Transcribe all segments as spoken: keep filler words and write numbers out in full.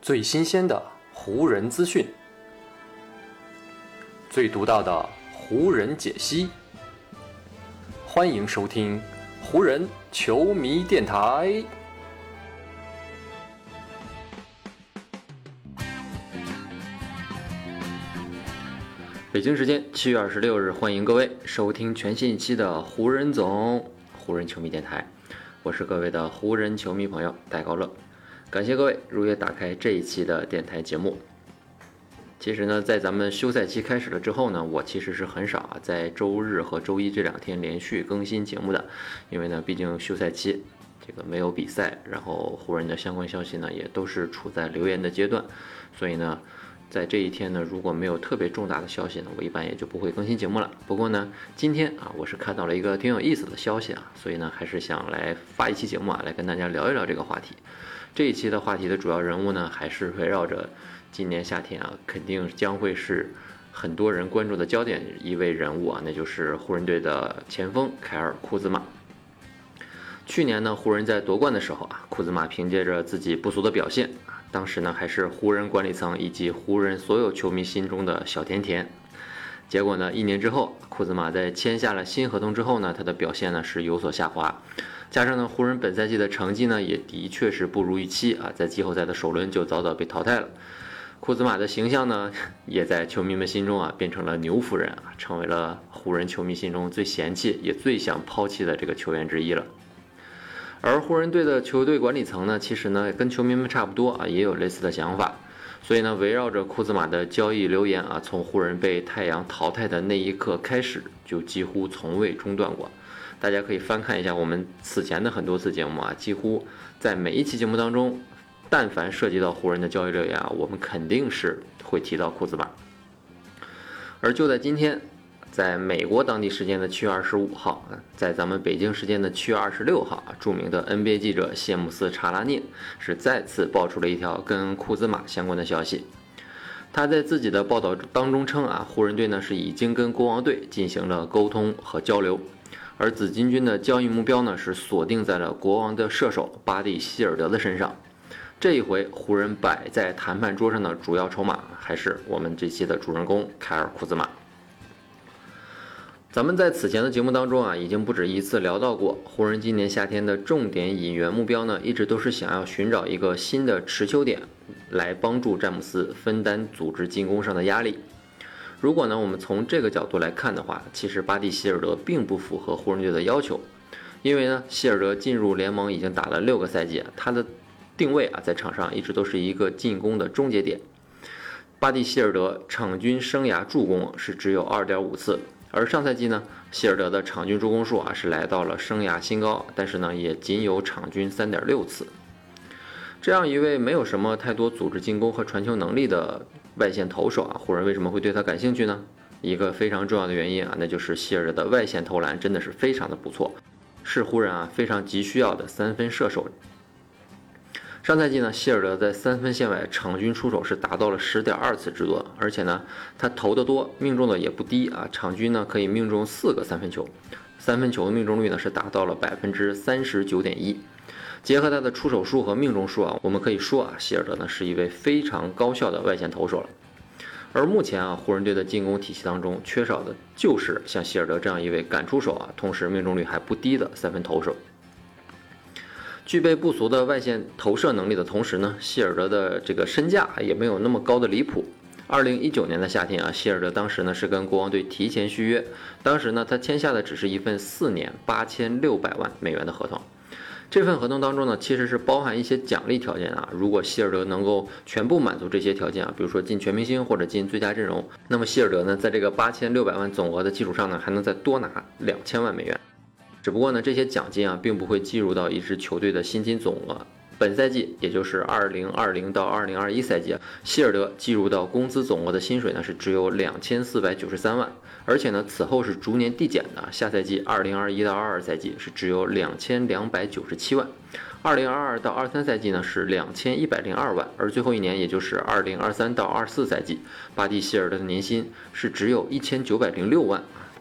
最新鲜的湖人资讯，最独到的湖人解析。欢迎收听湖人球迷电台。北京时间七月二十六日，欢迎各位收听全新一期的湖人总湖人球迷电台，我是各位的湖人球迷朋友戴高乐，感谢各位如约打开这一期的电台节目。其实呢，在咱们休赛期开始了之后呢，我其实是很少啊在周日和周一这两天连续更新节目的，因为呢，毕竟休赛期这个没有比赛，然后湖人的相关消息呢也都是处在留言的阶段，所以呢，在这一天呢，如果没有特别重大的消息呢，我一般也就不会更新节目了。不过呢，今天啊，我是看到了一个挺有意思的消息啊，所以呢，还是想来发一期节目啊，来跟大家聊一聊这个话题。这一期的话题的主要人物呢，还是围绕着今年夏天啊，肯定将会是很多人关注的焦点一位人物啊，那就是湖人队的前锋凯尔·库兹马。去年呢，湖人在夺冠的时候啊，库兹马凭借着自己不俗的表现，当时呢还是湖人管理层以及湖人所有球迷心中的小甜甜。结果呢，一年之后，库兹马在签下了新合同之后呢，他的表现呢是有所下滑。加上呢，湖人本赛季的成绩呢也的确是不如预期啊，在季后赛的首轮就早早被淘汰了。库兹马的形象呢，也在球迷们心中啊变成了牛夫人啊，成为了湖人球迷心中最嫌弃也最想抛弃的这个球员之一了。而湖人队的球队管理层呢，其实呢跟球迷们差不多啊，也有类似的想法。所以呢，围绕着库兹马的交易流言啊，从湖人被太阳淘汰的那一刻开始，就几乎从未中断过。大家可以翻看一下我们此前的很多次节目啊，几乎在每一期节目当中，但凡涉及到湖人的交易流言啊，我们肯定是会提到库兹马。而就在今天，在美国当地时间的七月二十五号，在咱们北京时间的七月二十六号，著名的 N B A 记者谢姆斯·查拉涅是再次爆出了一条跟库兹马相关的消息。他在自己的报道当中称啊，湖人队呢是已经跟国王队进行了沟通和交流，而紫金军的交易目标呢是锁定在了国王的射手巴蒂希尔德的身上。这一回，湖人摆在谈判桌上的主要筹码还是我们这期的主人公凯尔·库兹马。咱们在此前的节目当中啊，已经不止一次聊到过，湖人今年夏天的重点引援目标呢，一直都是想要寻找一个新的持球点，来帮助詹姆斯分担组织进攻上的压力。如果呢，我们从这个角度来看的话，其实巴蒂希尔德并不符合湖人队的要求，因为呢，希尔德进入联盟已经打了六个赛季，他的定位啊，在场上一直都是一个进攻的终结点。巴蒂希尔德场均生涯助攻是只有 二点五次。而上赛季呢，希尔德的场均助攻数啊是来到了生涯新高，但是呢也仅有场均 三点六次。这样一位没有什么太多组织进攻和传球能力的外线投手啊，湖人为什么会对他感兴趣呢？一个非常重要的原因啊，那就是希尔德的外线投篮真的是非常的不错，是湖人啊非常急需要的三分射手。上赛季呢，希尔德在三分线外场均出手是达到了 十点二次之多，而且呢，他投得多，命中的也不低啊，场均呢可以命中四个三分球，三分球的命中率呢是达到了 百分之三十九点一。结合他的出手数和命中数啊，我们可以说啊，希尔德呢是一位非常高效的外线投手了。而目前啊，湖人队的进攻体系当中缺少的就是像希尔德这样一位敢出手啊，同时命中率还不低的三分投手。具备不俗的外线投射能力的同时呢，希尔德的这个身价也没有那么高的离谱。二零一九年的夏天啊，希尔德当时呢是跟国王队提前续约，当时呢他签下的只是一份四年八千六百万美元的合同。这份合同当中呢，其实是包含一些奖励条件啊。如果希尔德能够全部满足这些条件啊，比如说进全明星或者进最佳阵容，那么希尔德呢在这个八千六百万总额的基础上呢，还能再多拿两千万美元。只不过呢，这些奖金啊，并不会计入到一支球队的薪金总额。本赛季，也就是二零二零到二零二一赛季，希尔德计入到工资总额的薪水呢是只有两千四百九十三万，而且呢，此后是逐年递减的。下赛季二零二一到二二赛季是只有两千两百九十七万，二零二二到二三赛季呢是两千一百零二万，而最后一年，也就是二零二三到二四赛季，巴蒂希尔德的年薪是只有一千九百零六万。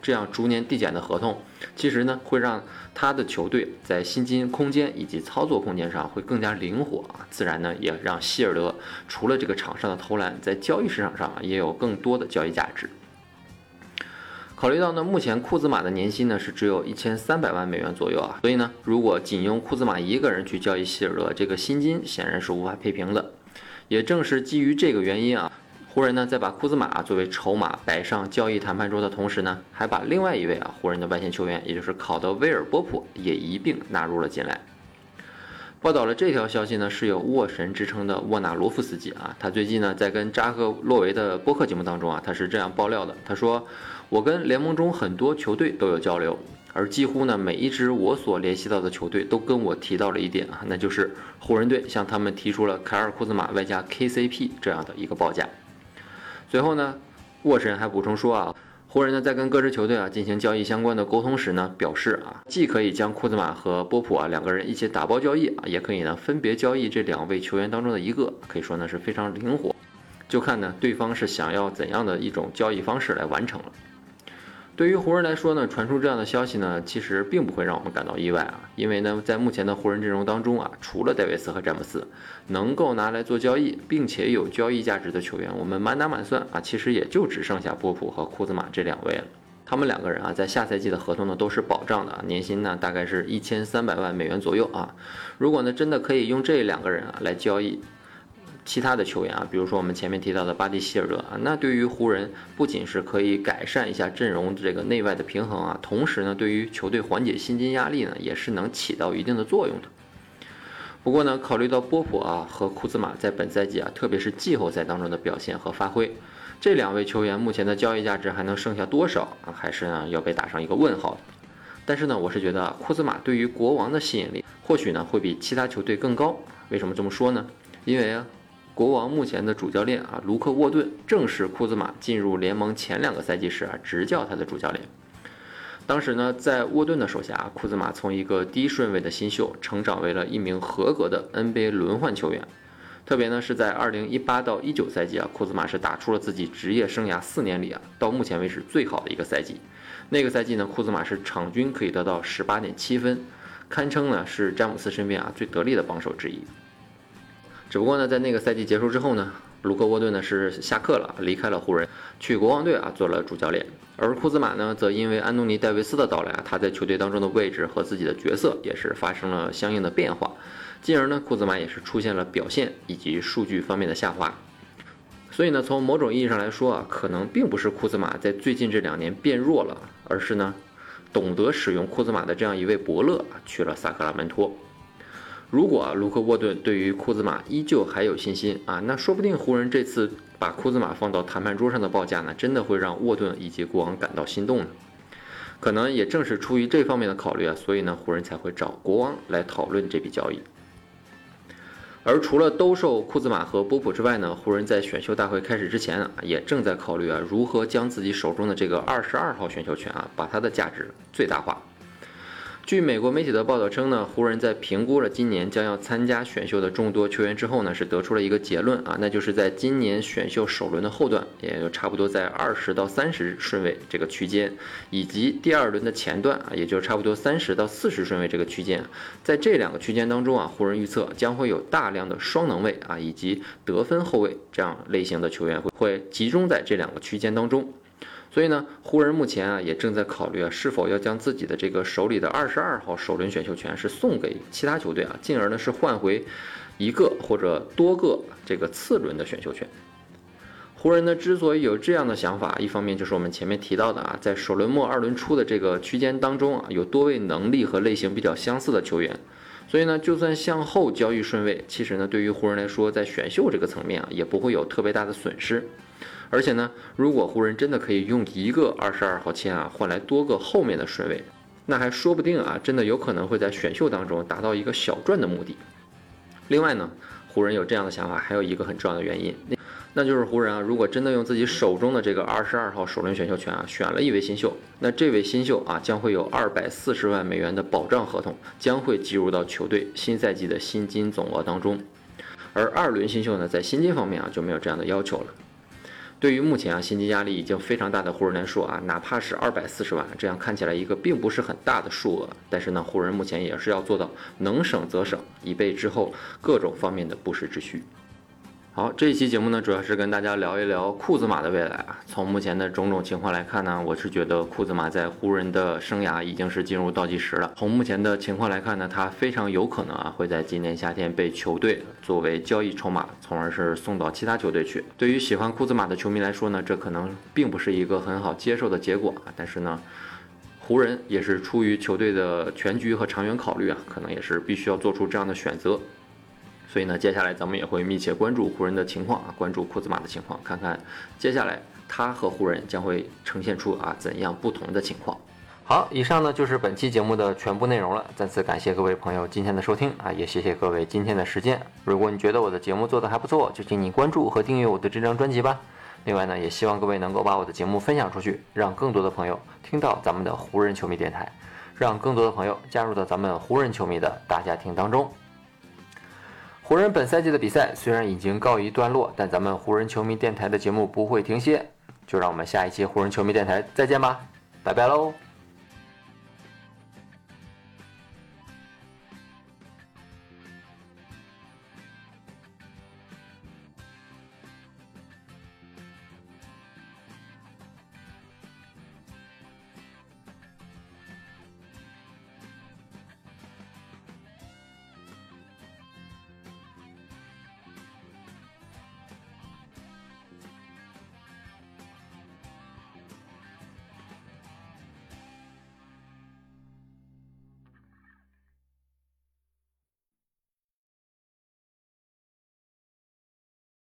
这样逐年递减的合同，其实呢会让他的球队在薪金空间以及操作空间上会更加灵活啊，自然呢也让希尔德除了这个场上的投篮，在交易市场上也有更多的交易价值。考虑到呢，目前库兹马的年薪呢是只有一千三百万美元左右啊，所以呢，如果仅用库兹马一个人去交易希尔德，这个薪金显然是无法配平的。也正是基于这个原因啊，湖人呢在把库兹马作为筹码摆上交易谈判桌的同时呢，还把另外一位啊湖人的外线球员，也就是考德威尔波普也一并纳入了进来。报道了这条消息呢，是有沃神之称的沃纳罗夫斯基啊，他最近呢在跟扎克洛维的播客节目当中啊，他是这样爆料的，他说：“我跟联盟中很多球队都有交流，而几乎呢每一支我所联系到的球队都跟我提到了一点啊，那就是湖人队向他们提出了凯尔库兹马外加 K C P 这样的一个报价。”随后呢，沃神还补充说啊。湖人呢在跟各支球队啊进行交易相关的沟通时呢，表示啊，既可以将库兹马和波普啊两个人一起打包交易啊，也可以呢分别交易这两位球员当中的一个，可以说呢是非常灵活，就看呢对方是想要怎样的一种交易方式来完成了。对于湖人来说呢，传出这样的消息呢，其实并不会让我们感到意外啊，因为呢，在目前的湖人阵容当中啊，除了戴维斯和詹姆斯能够拿来做交易，并且有交易价值的球员，我们满打满算啊，其实也就只剩下波普和库兹马这两位了。他们两个人啊，在下赛季的合同呢都是保障的啊，年薪呢大概是一千三百万美元左右啊。如果呢真的可以用这两个人啊来交易其他的球员啊，比如说我们前面提到的巴蒂希尔德啊，那对于湖人不仅是可以改善一下阵容这个内外的平衡啊，同时呢，对于球队缓解薪金压力呢，也是能起到一定的作用的。不过呢，考虑到波普啊和库兹马在本赛季啊，特别是季后赛当中的表现和发挥，这两位球员目前的交易价值还能剩下多少啊，还是呢要被打上一个问号的。但是呢，我是觉得库兹马对于国王的吸引力或许呢会比其他球队更高。为什么这么说呢？因为啊。国王目前的主教练啊，卢克沃顿正是库兹马进入联盟前两个赛季时啊执教他的主教练。当时呢，在沃顿的手下，库兹马从一个低顺位的新秀成长为了一名合格的 N B A 轮换球员。特别呢是在二零一八到一九赛季啊，库兹马是打出了自己职业生涯四年里啊到目前为止最好的一个赛季。那个赛季呢，库兹马是场均可以得到 十八点七分，堪称呢是詹姆斯身边啊最得力的帮手之一。只不过呢，在那个赛季结束之后呢，卢克沃顿呢是下课了，离开了湖人，去国王队啊做了主教练。而库兹马呢，则因为安东尼戴维斯的到来啊，他在球队当中的位置和自己的角色也是发生了相应的变化，进而呢，库兹马也是出现了表现以及数据方面的下滑。所以呢，从某种意义上来说啊，可能并不是库兹马在最近这两年变弱了，而是呢，懂得使用库兹马的这样一位伯乐啊，去了萨克拉门托。如果啊，卢克沃顿对于库兹马依旧还有信心啊，那说不定湖人这次把库兹马放到谈判桌上的报价呢，真的会让沃顿以及国王感到心动呢。可能也正是出于这方面的考虑啊，所以呢，湖人才会找国王来讨论这笔交易。而除了兜售库兹马和波普之外呢，湖人在选秀大会开始之前啊，也正在考虑啊，如何将自己手中的这个二十二号选秀权啊，把它的价值最大化。据美国媒体的报道称呢，湖人在评估了今年将要参加选秀的众多球员之后呢，是得出了一个结论啊，那就是在今年选秀首轮的后段，也就差不多在二十到三十顺位这个区间，以及第二轮的前段啊，也就差不多三十到四十顺位这个区间，在这两个区间当中啊，湖人预测将会有大量的双能卫啊以及得分后卫这样类型的球员会会集中在这两个区间当中。所以呢，湖人目前啊也正在考虑啊，是否要将自己的这个手里的二十二号首轮选秀权是送给其他球队啊，进而呢是换回一个或者多个这个次轮的选秀权。湖人呢之所以有这样的想法，一方面就是我们前面提到的啊，在首轮末二轮初的这个区间当中啊，有多位能力和类型比较相似的球员。所以呢，就算向后交易顺位，其实呢，对于湖人来说，在选秀这个层面啊，也不会有特别大的损失。而且呢，如果湖人真的可以用一个二十二号签啊换来多个后面的顺位，那还说不定啊，真的有可能会在选秀当中达到一个小赚的目的。另外呢，湖人有这样的想法，还有一个很重要的原因，那就是湖人啊，如果真的用自己手中的这个二十二号首轮选秀权啊选了一位新秀，那这位新秀啊将会有二百四十万美元的保障合同，将会计入到球队新赛季的薪金总额当中。而二轮新秀呢，在薪金方面啊就没有这样的要求了。 对于目前啊薪金压力已经非常大的湖人来说啊，哪怕是二百四十万，这样看起来一个并不是很大的数额，但是呢，湖人目前也是要做到能省则省，以备之后各种方面的不时之需。好，这一期节目呢，主要是跟大家聊一聊库兹马的未来啊。从目前的种种情况来看呢，我是觉得库兹马在湖人的生涯已经是进入倒计时了。从目前的情况来看呢，他非常有可能啊会在今年夏天被球队作为交易筹码，从而是送到其他球队去。对于喜欢库兹马的球迷来说呢，这可能并不是一个很好接受的结果啊。但是呢，湖人也是出于球队的全局和长远考虑啊，可能也是必须要做出这样的选择。所以呢，接下来咱们也会密切关注湖人的情况啊，关注库兹马的情况，看看接下来他和湖人将会呈现出啊怎样不同的情况。好，以上呢就是本期节目的全部内容了。再次感谢各位朋友今天的收听啊，也谢谢各位今天的时间。如果你觉得我的节目做得还不错，就请你关注和订阅我的这张专辑吧。另外呢，也希望各位能够把我的节目分享出去，让更多的朋友听到咱们的湖人球迷电台，让更多的朋友加入到咱们湖人球迷的大家庭当中。湖人本赛季的比赛虽然已经告一段落，但咱们湖人球迷电台的节目不会停歇，就让我们下一期湖人球迷电台再见吧，拜拜喽。